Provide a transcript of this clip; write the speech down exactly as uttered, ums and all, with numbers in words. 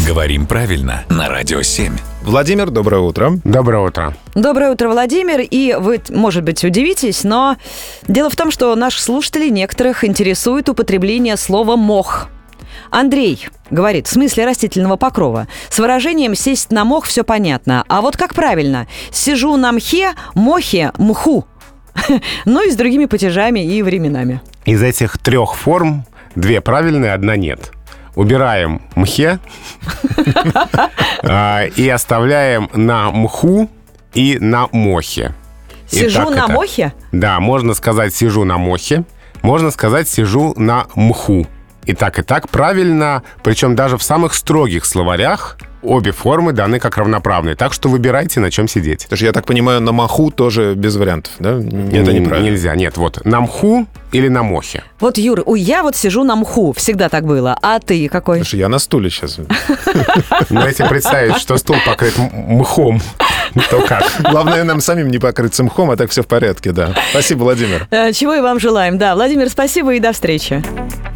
Говорим правильно на Радио семь. Владимир, доброе утро. Доброе утро. Доброе утро, Владимир. И вы, может быть, удивитесь, но дело в том, что наших слушателей некоторых интересует употребление слова «мох». Андрей говорит, в смысле растительного покрова. С выражением «сесть на мох» все понятно. А вот как правильно? Сижу на мхе, мохе, мху. Ну и с другими падежами и временами. Из этих трех форм две правильные, одна нет. Убираем мхе и оставляем на мху и на мохе. Сижу на мохе? Да, можно сказать «сижу на мохе», можно сказать «сижу на мху». И так, и так правильно, причем даже в самых строгих словарях обе формы даны как равноправные. Так что выбирайте, на чем сидеть. Потому что, я так понимаю, на маху тоже без вариантов, да? Это неправильно. Нельзя, нет. Вот на мху или на мохе. Вот, Юр, я вот сижу на мху. Всегда так было. А ты какой? Слушай, я на стуле сейчас. Но если представить, что стул покрыт мхом, то как? Главное, нам самим не покрыться мхом, а так все в порядке, да. Спасибо, Владимир. Чего и вам желаем. Да, Владимир, спасибо и до встречи.